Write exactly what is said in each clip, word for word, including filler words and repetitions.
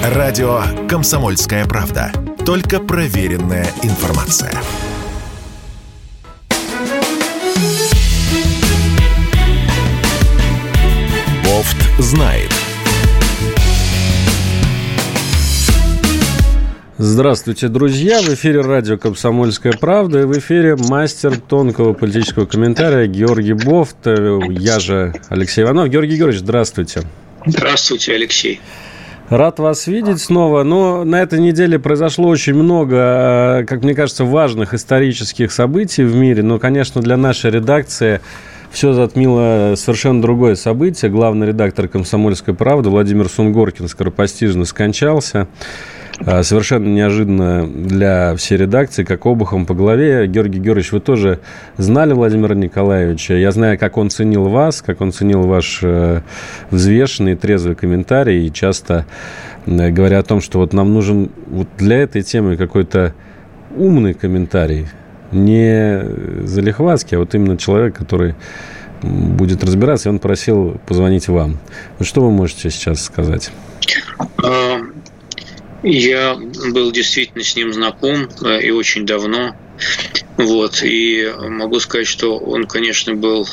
Радио «Комсомольская правда». Только проверенная информация. Бофт знает. Здравствуйте, друзья! В эфире радио «Комсомольская правда» и в эфире мастер тонкого политического комментария Георгий Бофт. Я же Алексей Иванов. Георгий Георгиевич, здравствуйте. Здравствуйте, Алексей. Рад вас видеть снова, но на этой неделе произошло очень много, как мне кажется, важных исторических событий в мире, но, конечно, для нашей редакции все затмило совершенно другое событие. Главный редактор «Комсомольской правды» Владимир Сунгоркин скоропостижно скончался. Совершенно неожиданно для всей редакции, как обухом по голове. Георгий Георгиевич, вы тоже знали Владимира Николаевича. Я знаю, как он ценил вас, как он ценил ваш взвешенный, трезвый комментарий. И часто говоря о том, что вот нам нужен вот для этой темы какой-то умный комментарий. Не залихватский, а вот именно человек, который будет разбираться. И он просил позвонить вам. Вот что вы можете сейчас сказать? Я был действительно с ним знаком и очень давно. Вот. И могу сказать, что он, конечно, был...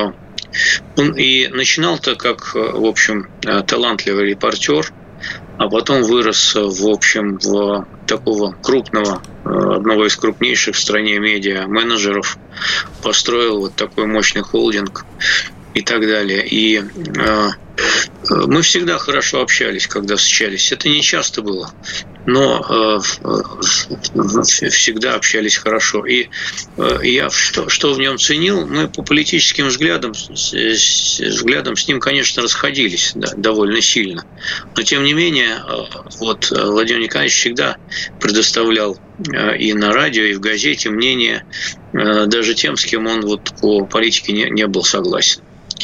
Он и начинал-то как, в общем, талантливый репортер, а потом вырос, в общем, в такого крупного, одного из крупнейших в стране медиа-менеджеров, построил вот такой мощный холдинг и так далее. И э, мы всегда хорошо общались, когда встречались. Это не часто было, но э, всегда общались хорошо. И э, я что, что в нем ценил, мы по политическим взглядам, с, с, взглядам с ним, конечно, расходились, да, довольно сильно. Но, тем не менее, э, вот Владимир Николаевич всегда предоставлял э, и на радио, и в газете мнение э, даже тем, с кем он вот по политике не, не был согласен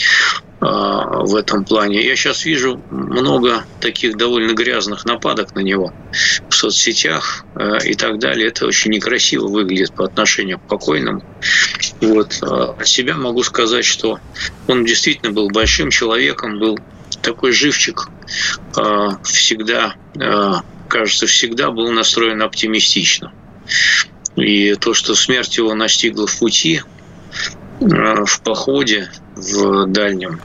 в этом плане. Я сейчас вижу много таких довольно грязных нападок на него в соцсетях и так далее. Это очень некрасиво выглядит по отношению к покойному. Вот. От себя могу сказать, что он действительно был большим человеком, был такой живчик, всегда, кажется, всегда был настроен оптимистично. И то, что смерть его настигла в пути, в походе в дальнем,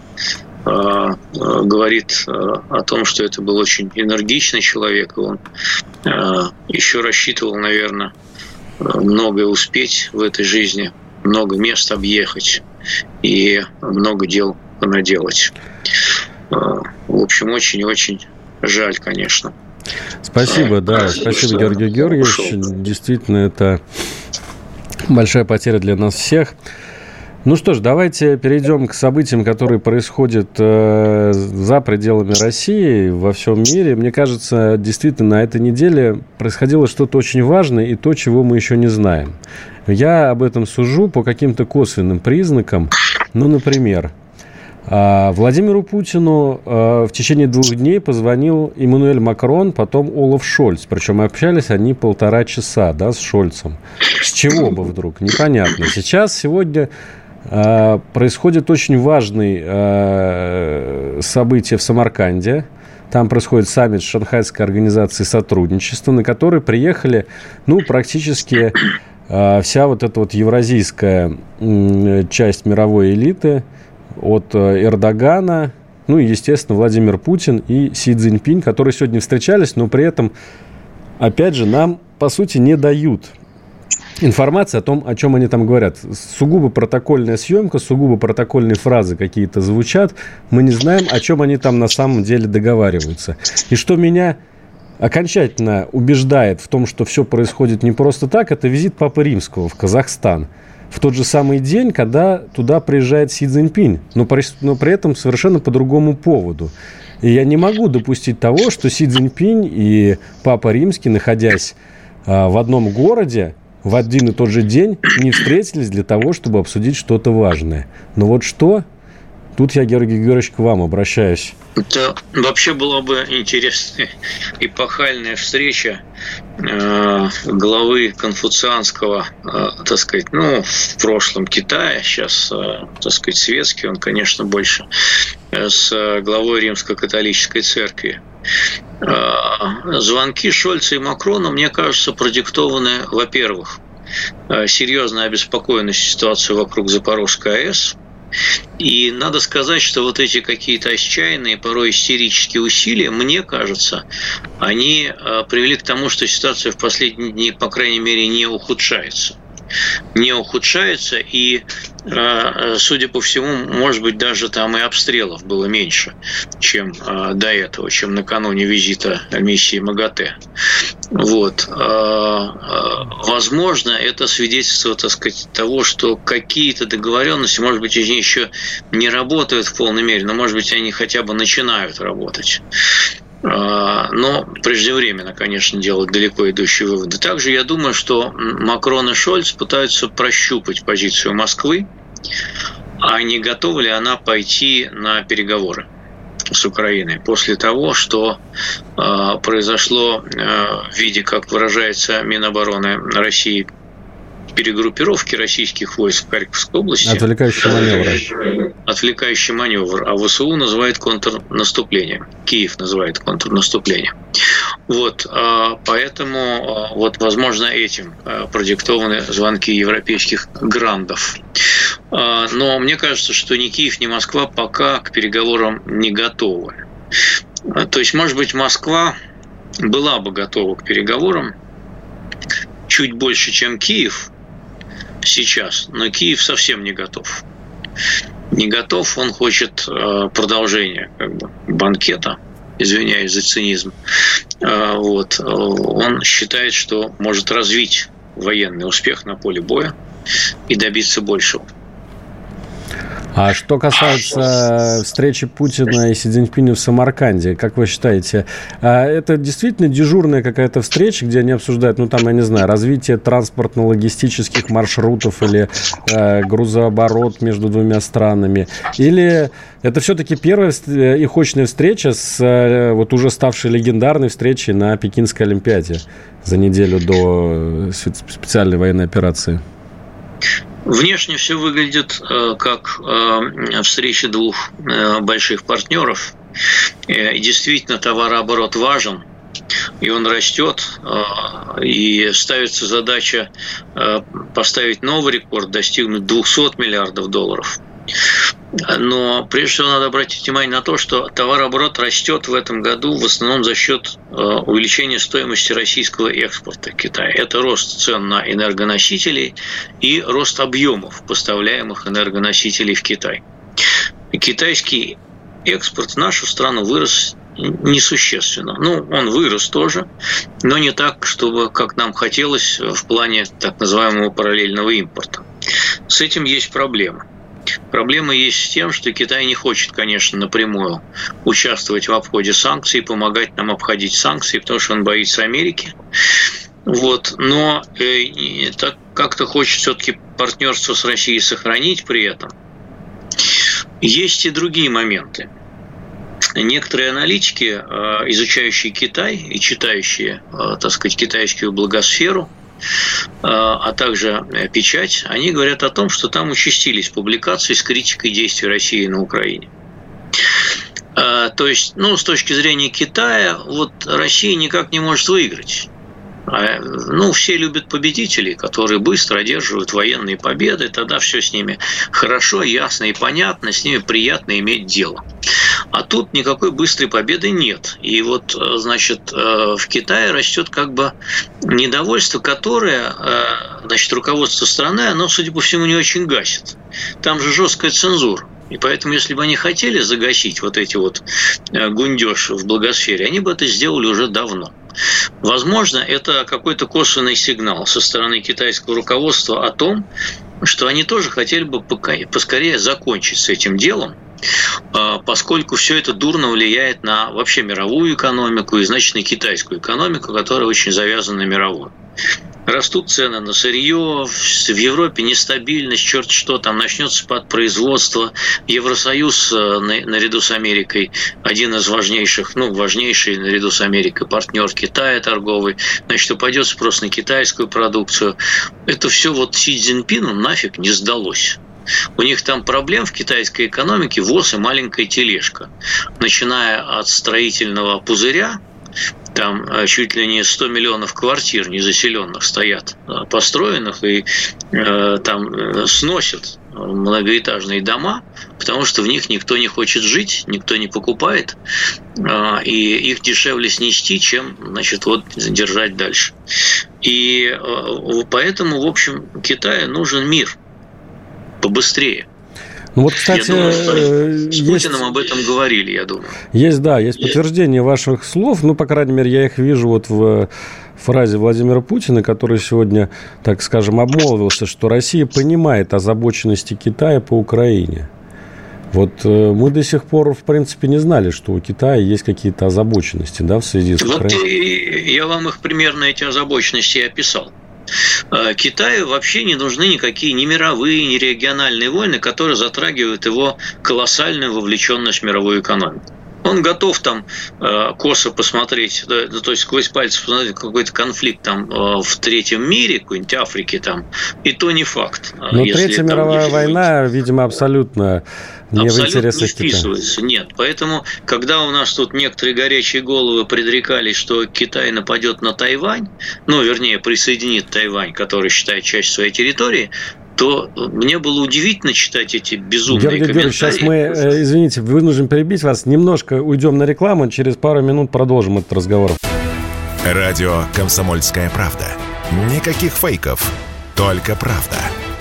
говорит о том, что это был очень энергичный человек, и он еще рассчитывал, наверное, многое успеть в этой жизни, много мест объехать и много дел понаделать. В общем, очень-очень жаль, конечно. Спасибо, да, спасибо, Георгий Георгиевич. Действительно, это большая потеря для нас всех. Ну что ж, давайте перейдем к событиям, которые происходят э, за пределами России, во всем мире. Мне кажется, действительно, на этой неделе происходило что-то очень важное и то, чего мы еще не знаем. Я об этом сужу по каким-то косвенным признакам. Ну, например, э, Владимиру Путину э, в течение двух дней позвонил Эммануэль Макрон, потом Олаф Шольц. Причем общались они полтора часа, да, с Шольцем. С чего бы вдруг? Непонятно. Сейчас, сегодня... происходит очень важное э, событие в Самарканде. Там происходит саммит Шанхайской организации сотрудничества, на который приехали, ну, практически э, вся вот эта вот евразийская э, часть мировой элиты, от э, Эрдогана, ну и, естественно, Владимир Путин и Си Цзиньпинь, которые сегодня встречались, но при этом, опять же, нам, по сути, не дают информация о том, о чем они там говорят. Сугубо протокольная съемка, сугубо протокольные фразы какие-то звучат. Мы не знаем, о чем они там на самом деле договариваются. И что меня окончательно убеждает в том, что все происходит не просто так, это визит Папы Римского в Казахстан. В тот же самый день, когда туда приезжает Си Цзиньпинь, но при, но при этом совершенно по другому поводу. И я не могу допустить того, что Си Цзиньпинь и Папа Римский, находясь а, в одном городе, в один и тот же день не встретились для того, чтобы обсудить что-то важное. Но вот что? Тут я, Георгий Георгиевич, к вам обращаюсь. Это вообще была бы интересная эпохальная встреча э, главы конфуцианского, э, так сказать, ну, в прошлом Китая, сейчас, э, так сказать, светский, он, конечно, больше, э, с главой Римско-католической церкви. Звонки Шольца и Макрона, мне кажется, продиктованы, во-первых, серьезной обеспокоенностью ситуации вокруг Запорожской АЭС. И надо сказать, что вот эти какие-то отчаянные, порой истерические усилия, мне кажется, они привели к тому, что ситуация в последние дни, по крайней мере, не ухудшается. Не ухудшается, и, судя по всему, может быть, даже там и обстрелов было меньше, чем до этого, чем накануне визита миссии МАГАТЭ. Вот. Возможно, это свидетельство, так сказать, того, что какие-то договоренности, может быть, они еще не работают в полной мере, но, может быть, они хотя бы начинают работать. Но преждевременно, конечно, делать далеко идущие выводы. Также я думаю, что Макрон и Шольц пытаются прощупать позицию Москвы, а не готова ли она пойти на переговоры с Украиной после того, что произошло в виде, как выражается Минобороны России, перегруппировки российских войск в Харьковской области. Отвлекающий маневр. Отвлекающий маневр. А ВСУ называет контрнаступлением. Киев называет контрнаступлением. Вот. Поэтому, вот, возможно, этим продиктованы звонки европейских грандов. Но мне кажется, что ни Киев, ни Москва пока к переговорам не готовы. То есть, может быть, Москва была бы готова к переговорам чуть больше, чем Киев сейчас, но Киев совсем не готов. Не готов, он хочет продолжения как бы, банкета, извиняюсь за цинизм. Вот. Он считает, что может развить военный успех на поле боя и добиться большего. А что касается встречи Путина и Си Цзиньпиня в Самарканде, как вы считаете, это действительно дежурная какая-то встреча, где они обсуждают, ну там, я не знаю, развитие транспортно-логистических маршрутов или э, грузооборот между двумя странами? Или это все-таки первая их очная встреча с э, вот уже ставшей легендарной встречей на Пекинской Олимпиаде за неделю до специальной военной операции? Внешне все выглядит э, как э, встреча двух э, больших партнеров. Э, действительно, товарооборот важен, и он растет. Э, и ставится задача э, поставить новый рекорд, достигнуть двести миллиардов долларов. Но прежде всего надо обратить внимание на то, что товарооборот растет в этом году в основном за счет увеличения стоимости российского экспорта Китая. Это рост цен на энергоносители и рост объемов поставляемых энергоносителей в Китай. Китайский экспорт в нашу страну вырос несущественно. Ну, он вырос тоже, но не так, чтобы, как нам хотелось, в плане так называемого параллельного импорта. С этим есть проблема. Проблема есть с тем, что Китай не хочет, конечно, напрямую участвовать в обходе санкций, помогать нам обходить санкции, потому что он боится Америки. Вот. Но э, так как-то хочет все-таки партнерство с Россией сохранить при этом. Есть и другие моменты. Некоторые аналитики, э, изучающие Китай и читающие, э, так сказать, китайскую благосферу, а также печать, они говорят о том, что там участились публикации с критикой действий России на Украине. То есть, ну, с точки зрения Китая, вот Россия никак не может выиграть. Ну, все любят победителей, которые быстро одерживают военные победы, тогда все с ними хорошо, ясно и понятно, с ними приятно иметь дело. А тут никакой быстрой победы нет. И вот, значит, в Китае растет как бы недовольство, которое, значит, руководство страны, оно, судя по всему, не очень гасит. Там же жесткая цензура. И поэтому, если бы они хотели загасить вот эти вот гундёж в благосфере, они бы это сделали уже давно. Возможно, это какой-то косвенный сигнал со стороны китайского руководства о том, что они тоже хотели бы поскорее закончить с этим делом, поскольку все это дурно влияет на вообще мировую экономику и, значит, на китайскую экономику, которая очень завязана на мировую. Растут цены на сырье, в Европе нестабильность, черт что, там начнется спад производства. Евросоюз наряду с Америкой один из важнейших, ну, важнейший наряду с Америкой партнер Китая торговый, значит, упадет спрос на китайскую продукцию. Это все вот Си Цзиньпину нафиг не сдалось. У них там проблем в китайской экономике ВОЗ и маленькая тележка. Начиная от строительного пузыря, там чуть ли не сто миллионов квартир незаселенных стоят, построенных, и э, там сносят многоэтажные дома, потому что в них никто не хочет жить, никто не покупает, э, и их дешевле снести, чем, значит, вот держать дальше. И э, поэтому, в общем, Китаю нужен мир побыстрее. Ну вот, кстати, я думаю, что с есть, Путиным об этом говорили, я думаю. Есть, да, есть подтверждение ваших слов. Ну, по крайней мере, я их вижу вот в фразе Владимира Путина, который сегодня, так скажем, обмолвился, что Россия понимает озабоченности Китая по Украине. Вот мы до сих пор, в принципе, не знали, что у Китая есть какие-то озабоченности, да, в связи с Украиной. Вот я вам их примерно, эти озабоченности, описал. Китаю вообще не нужны никакие ни мировые, ни региональные войны, которые затрагивают его колоссальную вовлеченность в мировую экономику. Он готов там э, косо посмотреть, да, то есть сквозь пальцы посмотреть какой-то конфликт там э, в третьем мире, какой-нибудь Африке там, и то не факт. Но Третья мировая будет... война, видимо, абсолютно не абсолютно в интересах Китая. Абсолютно не вписывается, нет. Поэтому, когда у нас тут некоторые горячие головы предрекали, что Китай нападет на Тайвань, ну, вернее, присоединит Тайвань, который считает частью своей территории, то мне было удивительно читать эти безумные Георгий комментарии. Георгиевич, сейчас мы, извините, вынужден перебить вас, немножко уйдем на рекламу, через пару минут продолжим этот разговор. Радио «Комсомольская правда». Никаких фейков, только правда.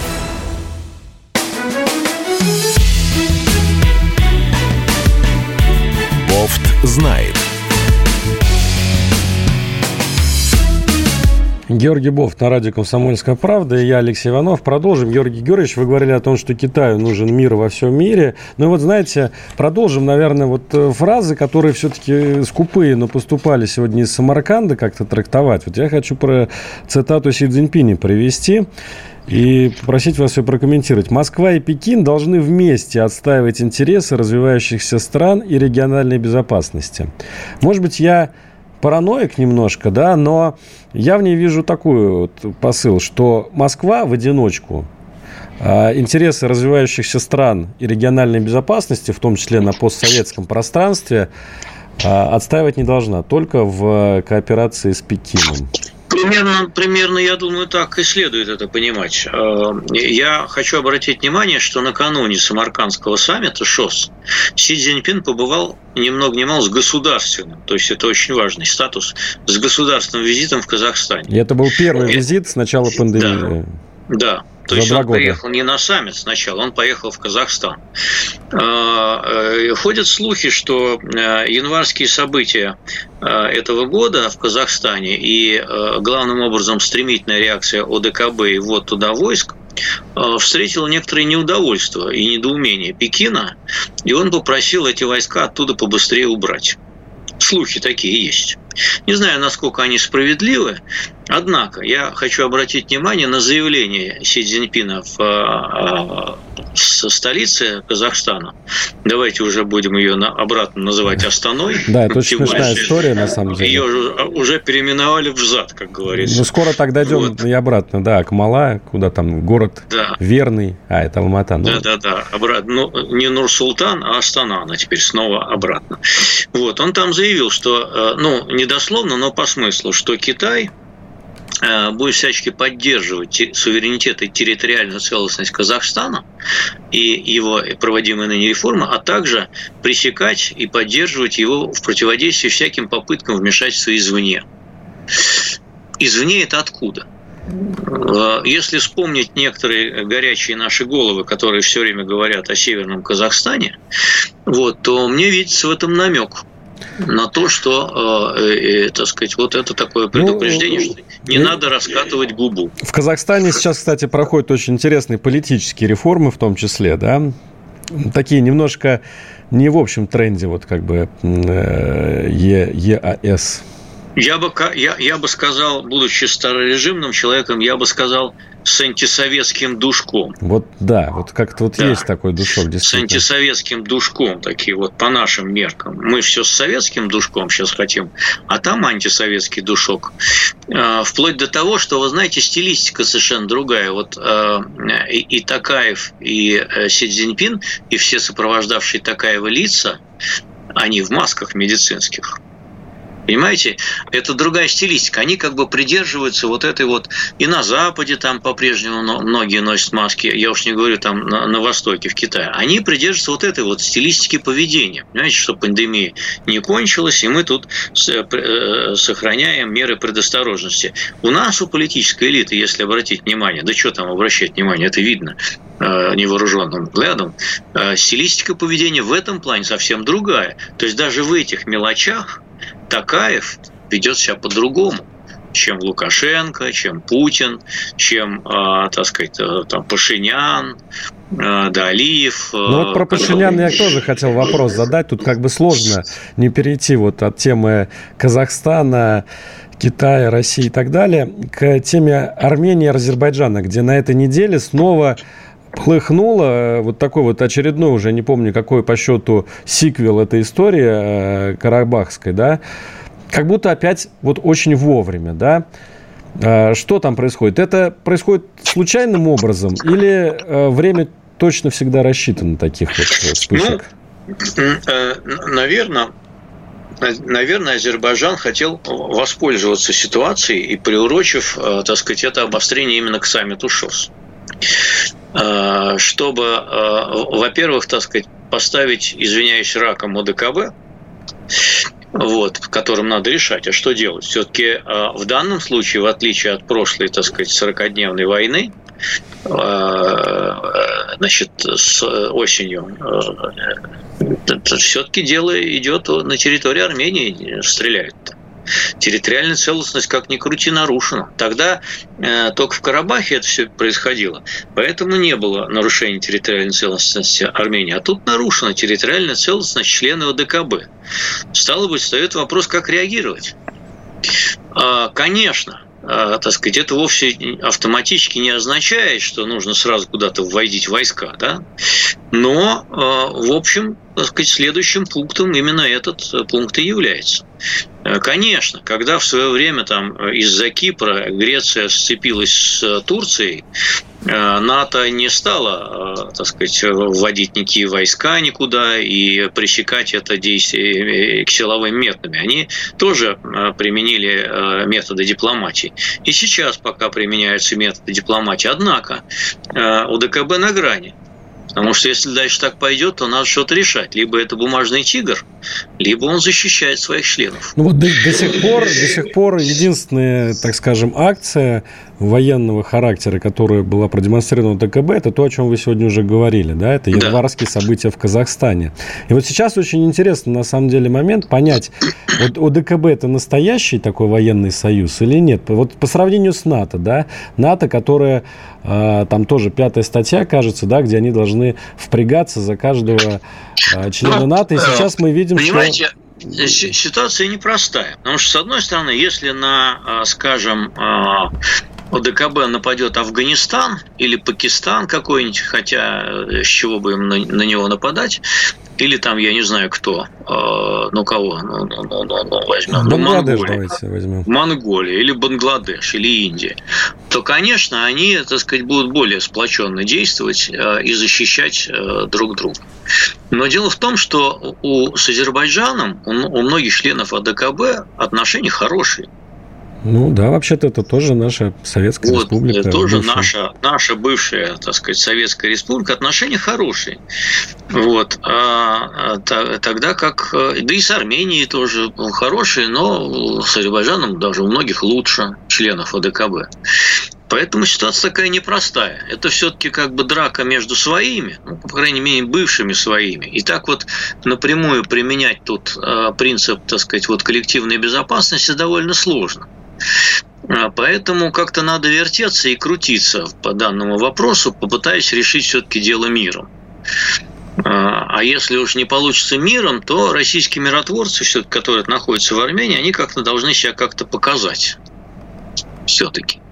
Бофт знает. Георгий Бофт на радио «Комсомольская правда», и я, Алексей Иванов. Продолжим. Георгий Георгиевич, вы говорили о том, что Китаю нужен мир во всем мире. Ну и вот, знаете, продолжим, наверное, вот фразы, которые все-таки скупые, но поступали сегодня из Самарканда как-то трактовать. Вот я хочу про цитату Си Цзиньпиня привести и попросить вас ее прокомментировать. «Москва и Пекин должны вместе отстаивать интересы развивающихся стран и региональной безопасности». Может быть, я параноик немножко, да, но я в ней вижу такой вот посыл, что Москва в одиночку а, интересы развивающихся стран и региональной безопасности, в том числе на постсоветском пространстве, а, отстаивать не должна, только в кооперации с Пекином. Примерно, примерно, я думаю, так и следует это понимать. Я хочу обратить внимание, что накануне Самаркандского саммита ШОС Си Цзиньпин побывал ни много ни мало с государственным, то есть это очень важный статус, с государственным визитом в Казахстане. И это был первый визит с начала пандемии. Да, да. То есть он приехал не на саммит сначала, он поехал в Казахстан. Ходят слухи, что январские события этого года в Казахстане и, главным образом, стремительная реакция О Дэ Ка Бэ и ввод туда войск встретила некоторое неудовольствие и недоумение Пекина, и он попросил эти войска оттуда побыстрее убрать. Слухи такие есть. Не знаю, насколько они справедливы, однако я хочу обратить внимание на заявление Си Цзиньпина в, в столице Казахстана. Давайте уже будем ее обратно называть Астаной. Да, это очень смешная история, на самом деле. Ее уже переименовали взад, как говорится. Ну, скоро так дойдем вот. И обратно, да, Акмала, куда там город да. Верный, а, это Алмата. Ну. Да, да, да, обратно. Ну, не Нур-Султан, а Астана, она теперь снова обратно. Вот, он там заявил, что, ну, не дословно, но по смыслу, что Китай будет всячески поддерживать суверенитет и территориальную целостность Казахстана и его проводимые ныне реформы, а также пресекать и поддерживать его в противодействии всяким попыткам вмешательства извне. Извне это откуда? Если вспомнить некоторые горячие наши головы, которые все время говорят о Северном Казахстане, вот, то мне видится в этом намек на то, что, э, э, так сказать, вот это такое предупреждение, ну, что не и, надо раскатывать губу. В Казахстане сейчас, кстати, проходят очень интересные политические реформы, в том числе, да, такие немножко не в общем тренде, вот как бы э, ЕАЭС. Я бы, я, я бы сказал, будучи старорежимным человеком, я бы сказал, с антисоветским душком. Вот да, вот как-то вот да. есть такой душок, действительно. С антисоветским душком, такие вот по нашим меркам. Мы все с советским душком сейчас хотим, а там антисоветский душок. Вплоть до того, что, вы знаете, стилистика совершенно другая. Вот и, и Токаев, и Си Цзиньпин, и все сопровождавшие Токаева лица, они в масках медицинских. Понимаете, это другая стилистика. Они как бы придерживаются вот этой вот... И на Западе там по-прежнему многие носят маски. Я уж не говорю там на, на Востоке, в Китае. Они придерживаются вот этой вот стилистики поведения. Понимаете, что пандемия не кончилась, и мы тут сохраняем меры предосторожности. У нас, у политической элиты, если обратить внимание, да что там обращать внимание, это видно невооруженным взглядом, стилистика поведения в этом плане совсем другая. То есть даже в этих мелочах Токаев ведет себя по-другому, чем Лукашенко, чем Путин, чем, э, так сказать, там, Пашинян, э, да, Алиев. Э, ну вот про Пашиняна я тоже хотел вопрос задать. Тут как бы сложно не перейти вот от темы Казахстана, Китая, России и так далее к теме Армении и Азербайджана, где на этой неделе снова хлыхнуло вот такой вот очередной, уже не помню, какой по счету сиквел этой истории карабахской, да, как будто опять вот очень вовремя, да. Что там происходит? Это происходит случайным образом или время точно всегда рассчитано на таких вот вспышек? Ну, наверное, наверное, Азербайджан хотел воспользоваться ситуацией и приурочив, так сказать, это обострение именно к саммиту ШОС. Чтобы, во-первых, так сказать, поставить, извиняюсь, раком ОДКБ, вот, которым надо решать, а что делать. Все-таки в данном случае, в отличие от прошлой, так сказать, сорокадневной войны, значит, с осенью, все-таки дело идет на территории Армении, стреляют. Территориальная целостность, как ни крути, нарушена. Тогда э, только в Карабахе это все происходило. Поэтому не было нарушения территориальной целостности Армении. А тут нарушена территориальная целостность членов ОДКБ. Стало быть, встает вопрос, как реагировать. Э, конечно, э, так сказать, это вовсе автоматически не означает, что нужно сразу куда-то вводить войска, да? Но, э, в общем, так сказать, следующим пунктом именно этот пункт и является. Конечно, когда в свое время там из-за Кипра Греция сцепилась с Турцией, НАТО не стало, так сказать, вводить никакие войска никуда и пресекать это действие силовыми методами. Они тоже применили методы дипломатии. И сейчас пока применяются методы дипломатии. Однако ОДКБ на грани. Потому что если дальше так пойдет, то надо что-то решать. Либо это бумажный тигр, либо он защищает своих членов. Ну вот до, до сих пор, до сих пор единственная, так скажем, акция военного характера, которая была продемонстрирована в ОДКБ, это то, о чем вы сегодня уже говорили, да, это январские да. события в Казахстане. И вот сейчас очень интересно, на самом деле, момент понять, вот ОДКБ это настоящий такой военный союз или нет? Вот по сравнению с НАТО, да, НАТО, которая, э, там тоже пятая статья, кажется, да, где они должны впрягаться за каждого э, члена НАТО, и сейчас мы видим, понимаете, что... ситуация непростая, потому что, с одной стороны, если на, скажем, ОДКБ нападет Афганистан или Пакистан какой-нибудь, хотя с чего бы им на, на него нападать, или там, я не знаю кто, э, ну кого, ну, ну, ну, ну возьмем, ну, Монголия, возьмем. Монголия или Бангладеш или Индия, то, конечно, они, так сказать, будут более сплоченно действовать э, и защищать э, друг друга. Но дело в том, что у, с Азербайджаном, у, у многих членов ОДКБ отношения хорошие. Ну да, вообще-то это тоже наша Советская вот, Республика. Это тоже наша, наша бывшая, так сказать, Советская Республика. Отношения хорошие. Вот. А, а, тогда как... Да и с Арменией тоже хорошие, но с Азербайджаном даже у многих лучше членов ОДКБ. Поэтому ситуация такая непростая. Это все-таки как бы драка между своими, ну, по крайней мере, бывшими своими. И так вот напрямую применять тут э, принцип, так сказать, вот коллективной безопасности довольно сложно. Поэтому как-то надо вертеться и крутиться по данному вопросу, попытаясь решить все-таки дело миром. А если уж не получится миром, то российские миротворцы, все-таки, которые находятся в Армении, они как-то должны себя как-то показать. Все-таки.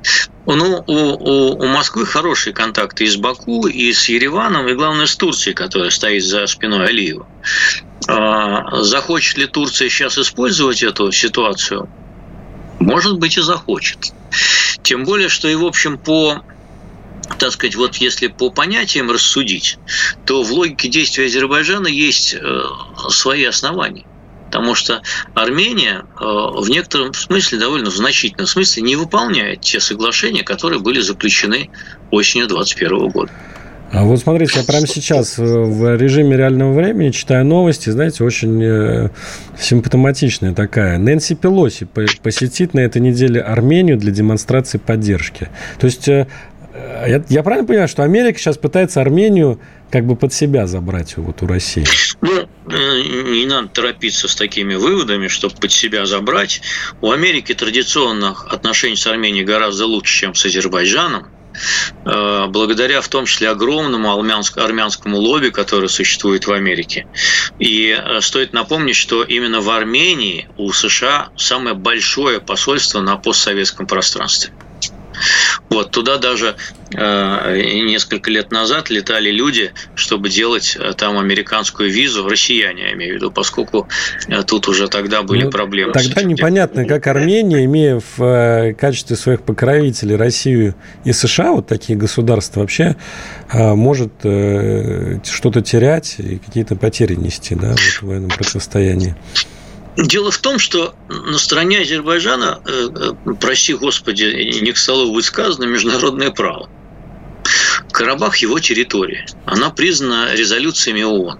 Ну, у, у, у Москвы хорошие контакты и с Баку, и с Ереваном, и, главное, с Турцией, которая стоит за спиной Алиева. Захочет ли Турция сейчас использовать эту ситуацию? Может быть, и захочет. Тем более, что и, в общем, по, так сказать, вот если по понятиям рассудить, то в логике действия Азербайджана есть свои основания. Потому что Армения в некотором смысле, довольно в значительном смысле, не выполняет те соглашения, которые были заключены осенью двадцать первого года. А вот смотрите, я прямо сейчас в режиме реального времени читаю новости, знаете, очень симптоматичная такая. Нэнси Пелоси посетит на этой неделе Армению для демонстрации поддержки. То есть я, я правильно понимаю, что Америка сейчас пытается Армению как бы под себя забрать вот у России? Ну, не надо торопиться с такими выводами, чтобы под себя забрать. У Америки традиционно отношения с Арменией гораздо лучше, чем с Азербайджаном, благодаря в том числе огромному армянскому лобби, которое существует в Америке. И стоит напомнить, что именно в Армении у США самое большое посольство на постсоветском пространстве. Вот, туда даже э, несколько лет назад летали люди, чтобы делать э, там американскую визу, россияне, я имею в виду, поскольку э, тут уже тогда были ну, проблемы. Тогда непонятно, как Армения, имея в э, качестве своих покровителей Россию и США, вот такие государства, вообще э, может э, что-то терять и какие-то потери нести, да, вот в военном противостоянии. Дело в том, что на стороне Азербайджана, прости господи, не к столу будет сказано, международное право. Карабах – его территория. Она признана резолюциями ООН.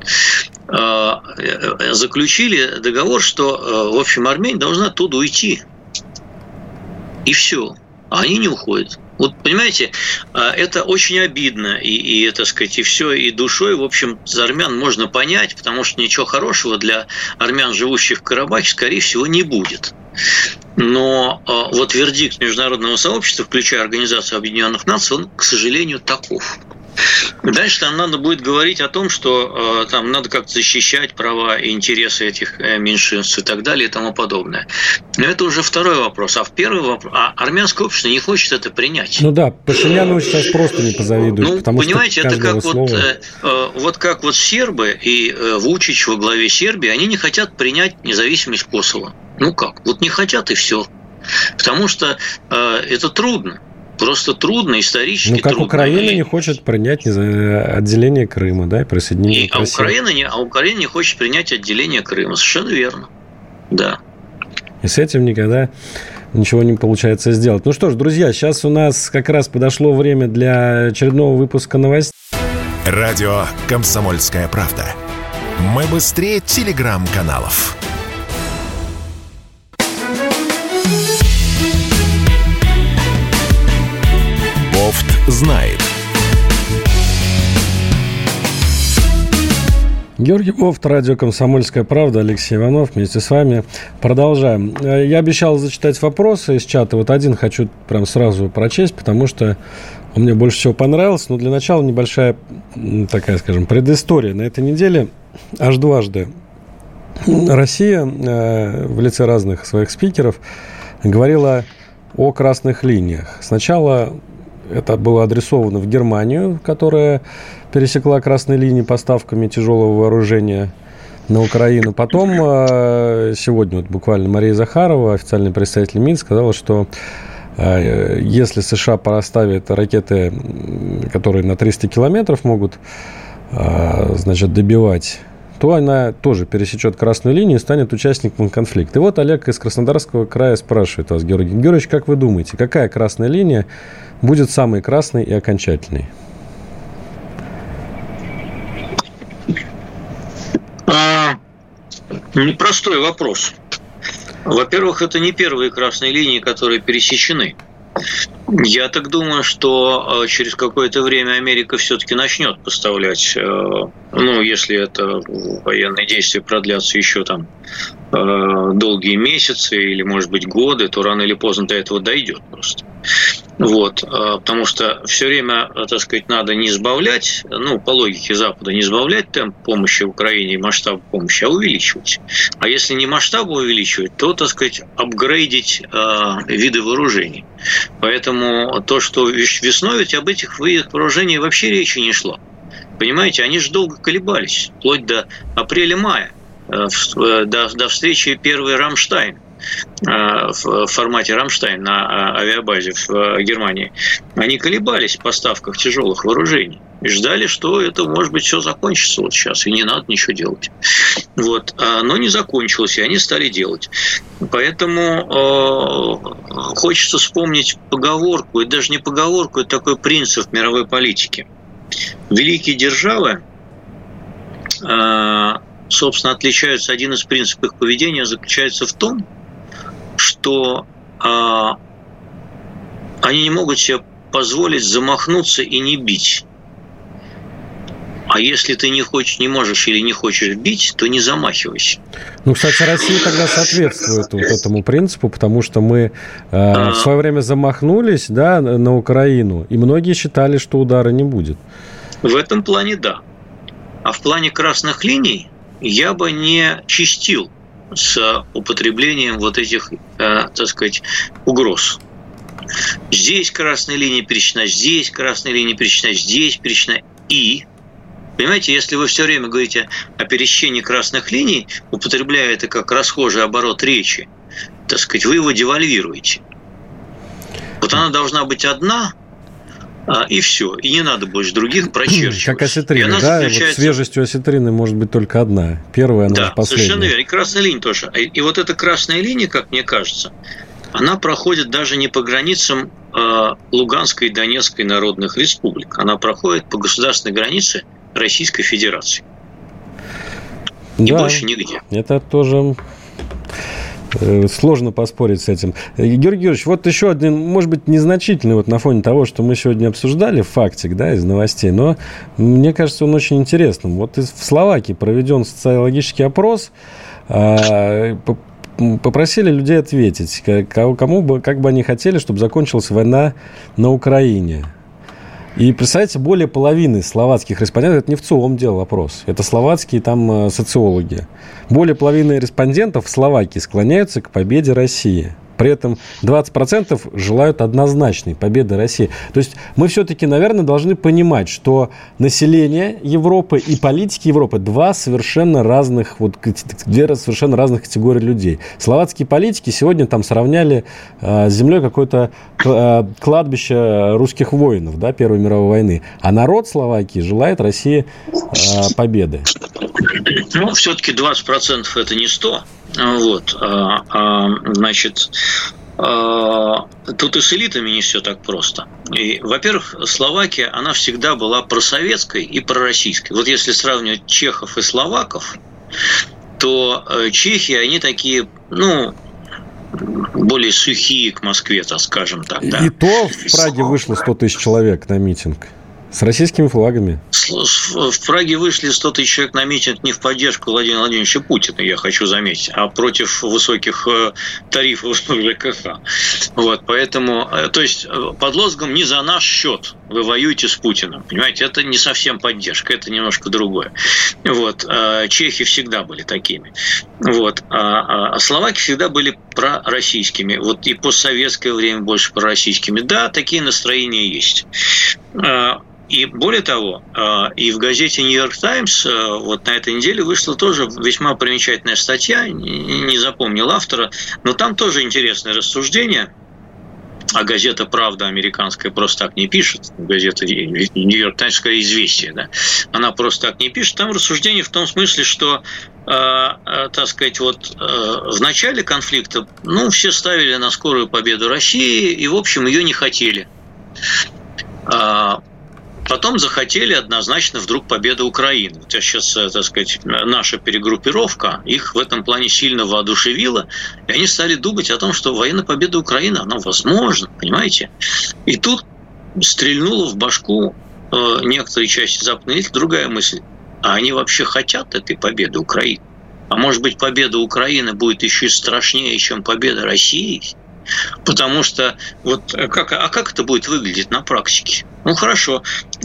Заключили договор, что, в общем, Армения должна оттуда уйти. И все. А они не уходят. Вот, понимаете, это очень обидно, и, и, так сказать, и все, и душой, в общем, за армян можно понять, потому что ничего хорошего для армян, живущих в Карабахе, скорее всего, не будет. Но вот вердикт международного сообщества, включая Организацию Объединенных Наций, он, к сожалению, таков. Дальше там надо будет говорить о том, что э, там надо как-то защищать права и интересы этих э, меньшинств и так далее и тому подобное. Но это уже второй вопрос. А в первый вопрос, а армянское общество не хочет это принять. Ну да, Пашиняну сейчас просто не позавидуют. Ну, потому понимаете, что это как слова... вот, э, вот как вот сербы и э, Вучич во главе Сербии, они не хотят принять независимость Косово. Ну как? Вот не хотят и все. Потому что э, это трудно. Просто трудно, исторически трудно. Ну, как трудно. Украина не хочет принять отделение Крыма, да, и присоединение и, к а, России. Украина не, а Украина не хочет принять отделение Крыма. Совершенно верно. Да. И с этим никогда ничего не получается сделать. Ну что ж, друзья, сейчас у нас как раз подошло время для очередного выпуска новостей. Радио «Комсомольская правда». Мы быстрее телеграм-каналов. Бофт знает. Георгий Бофт, радио «Комсомольская правда», Алексей Иванов вместе с вами. Продолжаем. Я обещал зачитать вопросы из чата. Вот один хочу прям сразу прочесть, потому что он мне больше всего понравился. Но для начала небольшая такая, скажем, предыстория. На этой неделе аж дважды Россия в лице разных своих спикеров говорила о красных линиях. Сначала это было адресовано в Германию, которая пересекла красные линии поставками тяжелого вооружения на Украину. Потом сегодня вот буквально Мария Захарова, официальный представитель МИД, сказала, что если США поставят ракеты, которые на триста километров могут, значит, добивать, то она тоже пересечет красную линию и станет участником конфликта. И вот Олег из Краснодарского края спрашивает вас, Георгий Георгиевич, как вы думаете, какая красная линия будет самой красной и окончательной? А, непростой вопрос. Во-первых, это не первые красные линии, которые пересечены. Я так думаю, что через какое-то время Америка все-таки начнет поставлять, ну, если это военные действия продлятся еще там долгие месяцы или, может быть, годы, то рано или поздно до этого дойдет просто. Вот, потому что все время, так сказать, надо не сбавлять, ну, по логике Запада, не сбавлять темп помощи Украине и масштаб помощи, а увеличивать. А если не масштаб увеличивать, то, так сказать, апгрейдить э, виды вооружений. Поэтому то, что весной, ведь об этих видах вооружений вообще речи не шло. Понимаете, они же долго колебались, вплоть до апреля-мая, э, до, до встречи первой Рамштайн. В формате «Рамштайн» на авиабазе в Германии, они колебались в поставках тяжелых вооружений и ждали, что это, может быть, все закончится вот сейчас, и не надо ничего делать. Вот. Но не закончилось, и они стали делать. Поэтому э, хочется вспомнить поговорку, и даже не поговорку, это такой принцип мировой политики. Великие державы, э, собственно, отличаются, один из принципов их поведения заключается в том, что а, они не могут себе позволить замахнуться и не бить. А если ты не хочешь, не можешь или не хочешь бить, то не замахивайся. Ну, кстати, Россия тогда соответствует вот этому принципу, потому что мы э, а... в свое время замахнулись, да, на Украину, и многие считали, что удара не будет. В этом плане да. А в плане красных линий я бы не чистил с употреблением вот этих, э, так сказать, угроз. Здесь красная линия пересечена, здесь красная линия пересечена, здесь пересечена. И, понимаете, если вы все время говорите о пересечении красных линий, употребляя это как расхожий оборот речи, так сказать, вы его девальвируете. Вот она должна быть одна, и все. И не надо больше других прочерчивать. Как осетрина, да? Заключается... Вот свежестью осетрины может быть только одна. Первая, она да, последняя. Совершенно верно. И красная линия тоже. И вот эта красная линия, как мне кажется, она проходит даже не по границам э, Луганской и Донецкой народных республик. Она проходит по государственной границе Российской Федерации. И да, больше нигде. Это тоже... Сложно поспорить с этим. Георгий Георгиевич, вот еще один, может быть, незначительный вот на фоне того, что мы сегодня обсуждали, фактик, да, из новостей, но мне кажется, он очень интересным. Вот в Словакии проведен социологический опрос, попросили людей ответить, кому бы, как бы они хотели, чтобы закончилась война на Украине. И, представляете, более половины словацких респондентов, это не в ЦИОМ делал опрос, это словацкие там социологи. Более половины респондентов в Словакии склоняются к победе России. При этом двадцать процентов желают однозначной победы России. То есть мы все-таки, наверное, должны понимать, что население Европы и политики Европы два совершенно разных, вот, две совершенно разных категории людей. Словацкие политики сегодня там сравняли э, с землей какое-то э, кладбище русских воинов, да, Первой мировой войны. А народ Словакии желает России э, победы. Ну, все-таки двадцать процентов это не сто. Вот, а, а, значит, а, тут и с элитами не все так просто. И, во-первых, Словакия, она всегда была просоветской и пророссийской. Вот если сравнивать чехов и словаков, то чехи, они такие, ну, более сухие к Москве, так скажем так. Да. И то в Праге вышло сто тысяч человек на митинг. С российскими флагами. В Праге вышли сто тысяч человек на митинг не в поддержку Владимира Владимировича Путина, я хочу заметить, а против высоких тарифов ЖКХ. Вот, поэтому, то есть, под лозунгом «не за наш счет вы воюете с Путиным». Понимаете, это не совсем поддержка, это немножко другое. Вот, чехи всегда были такими. Вот, а словаки всегда были пророссийскими. Вот и постсоветское время больше пророссийскими. Да, такие настроения есть. И более того, и в газете «Нью-Йорк Таймс» вот на этой неделе вышла тоже весьма примечательная статья, не запомнил автора, но там тоже интересное рассуждение. А газета «Правда» американская просто так не пишет. Газета «Нью-Йорк Таймс», скорее, «Известия», да? Она просто так не пишет. Там рассуждение в том смысле, что, э, э, так сказать, вот э, в начале конфликта, ну, все ставили на скорую победу России и, в общем, ее не хотели. Потом захотели однозначно вдруг победы Украины. Вот сейчас, так сказать, наша перегруппировка их в этом плане сильно воодушевила, и они стали думать о том, что военная победа Украины, она возможна, понимаете? И тут стрельнула в башку э, некоторые части западной элиты другая мысль. А они вообще хотят этой победы Украины? А может быть, победа Украины будет еще и страшнее, чем победа России? Потому что вот как, а как это будет выглядеть на практике? Ну, хорошо.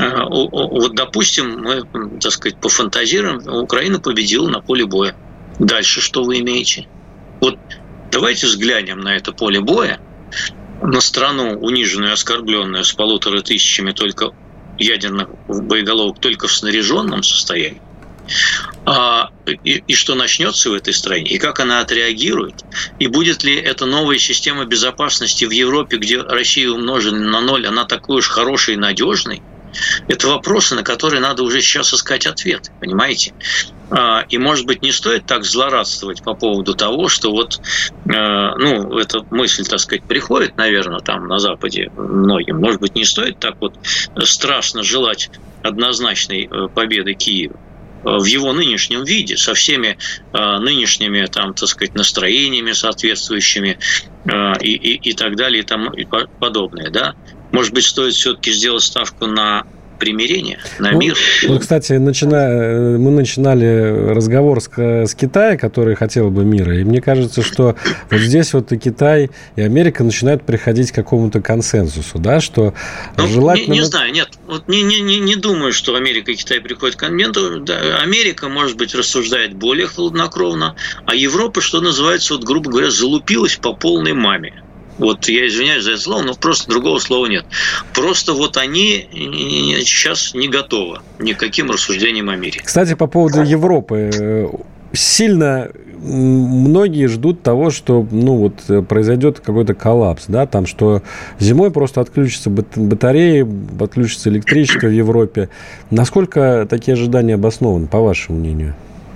Вот, допустим, мы, так сказать, пофантазируем, Украина победила на поле боя. Дальше что вы имеете? Вот давайте взглянем на это поле боя, на страну, униженную и оскорбленную с полутора тысячами только ядерных боеголовок только в снаряженном состоянии. А, и, и что начнется в этой стране, и как она отреагирует, и будет ли эта новая система безопасности в Европе, где Россия умножена на ноль, она такой уж хорошей и надежной? Это вопросы, на которые надо уже сейчас искать ответы, понимаете? А, и, может быть, не стоит так злорадствовать по поводу того, что вот, э, ну, эта мысль, так сказать, приходит, наверное, там на Западе многим. Может быть, не стоит так вот страшно желать однозначной победы Киева в его нынешнем виде, со всеми э, нынешними, там, так сказать, настроениями соответствующими э, и, и, и так далее, и тому и подобное, да? Может быть, стоит все-таки сделать ставку на примирение, на мир. Ну, вот, кстати, начина... мы начинали разговор с, с Китаем, который хотел бы мира, и мне кажется, что вот здесь вот и Китай, и Америка начинают приходить к какому-то консенсусу, да, что ну, желательно... Не, не знаю, нет, вот не, не, не, не думаю, что Америка и Китай приходят к консенсусу. Да, Америка, может быть, рассуждает более хладнокровно, а Европа, что называется, вот, грубо говоря, залупилась по полной маме. Вот я извиняюсь за это слово, но просто другого слова нет. Просто вот они сейчас не готовы ни к каким рассуждениям о мире. Кстати, по поводу Европы. Сильно многие ждут того, что ну, вот, произойдет какой-то коллапс, да, там, что зимой просто отключатся батареи, отключится электричество в Европе. Насколько такие ожидания обоснованы, по вашему мнению?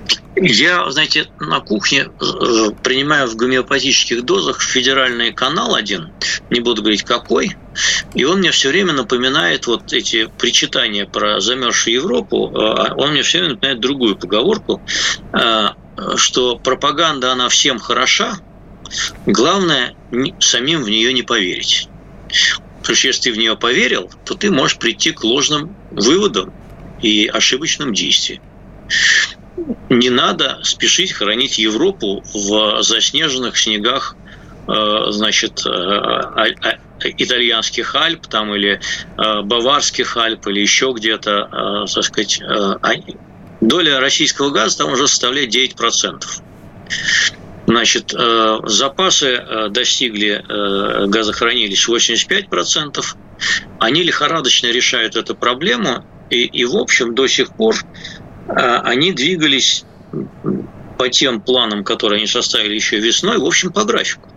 Я, знаете, на кухне принимаю в гомеопатических дозах федеральный канал один, не буду говорить какой, и он мне все время напоминает вот эти причитания про замерзшую Европу, он мне все время напоминает другую поговорку, что пропаганда, она всем хороша, главное самим в нее не поверить. Потому что если ты в нее поверил, то ты можешь прийти к ложным выводам и ошибочным действиям. Не надо спешить хоронить Европу в заснеженных снегах, значит, итальянских Альп там, или баварских Альп, или еще где-то, так сказать. Доля российского газа там уже составляет девять процентов. Значит, запасы достигли газохранилищ восемьдесят пять процентов. Они лихорадочно решают эту проблему, и, и в общем, до сих пор они двигались по тем планам, которые они составили еще весной, в общем, по графику.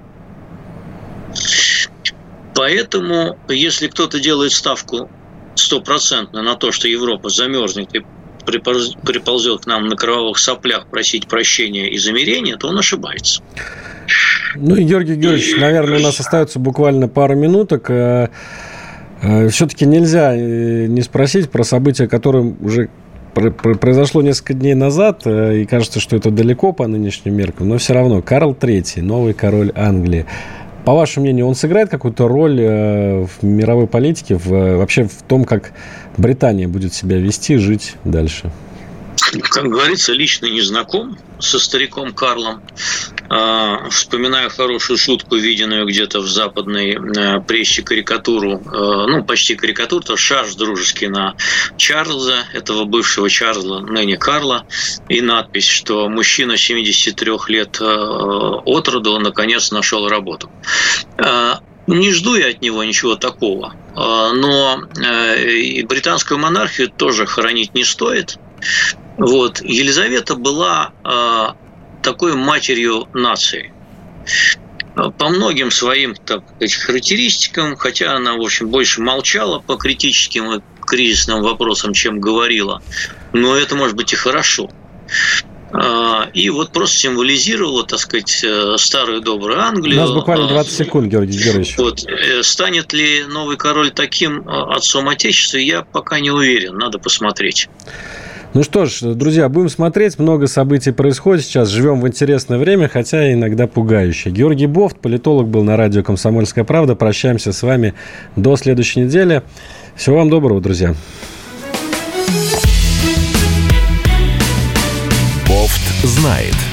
Поэтому, если кто-то делает ставку стопроцентно на то, что Европа замерзнет и приползет к нам на кровавых соплях просить прощения и замирения, то он ошибается. Ну и, Георгий Георгиевич, наверное, у нас остается буквально пару минуток. Все-таки нельзя не спросить про события, которые уже произошло несколько дней назад, и кажется, что это далеко по нынешним меркам, но все равно Карл третий, новый король Англии. По вашему мнению, он сыграет какую-то роль в мировой политике, в, вообще в том, как Британия будет себя вести, жить дальше? Как говорится, лично не знаком со стариком Карлом. Вспоминаю хорошую шутку, виденную где-то в западной прессе, карикатуру, ну, почти карикатуру, то шарж дружеский на Чарльза, этого бывшего Чарльза, ныне Карла, и надпись, что мужчина семидесяти трёх лет от роду наконец нашел работу. Не жду я от него ничего такого, но и британскую монархию тоже хоронить не стоит. Вот. Елизавета была э, такой матерью нации. По многим своим, так сказать, характеристикам, хотя она, в общем, больше молчала по критическим и кризисным вопросам, чем говорила, но это, может быть, и хорошо. И вот просто символизировала, так сказать, старую добрую Англию. У нас буквально двадцать секунд, Георгий Георгиевич. Вот. Станет ли новый король таким отцом Отечества, я пока не уверен, надо посмотреть. Ну что ж, друзья, будем смотреть. Много событий происходит сейчас. Живем в интересное время, хотя иногда пугающе. Георгий Бофт, политолог, был на радио «Комсомольская правда». Прощаемся с вами до следующей недели. Всего вам доброго, друзья. Бофт знает.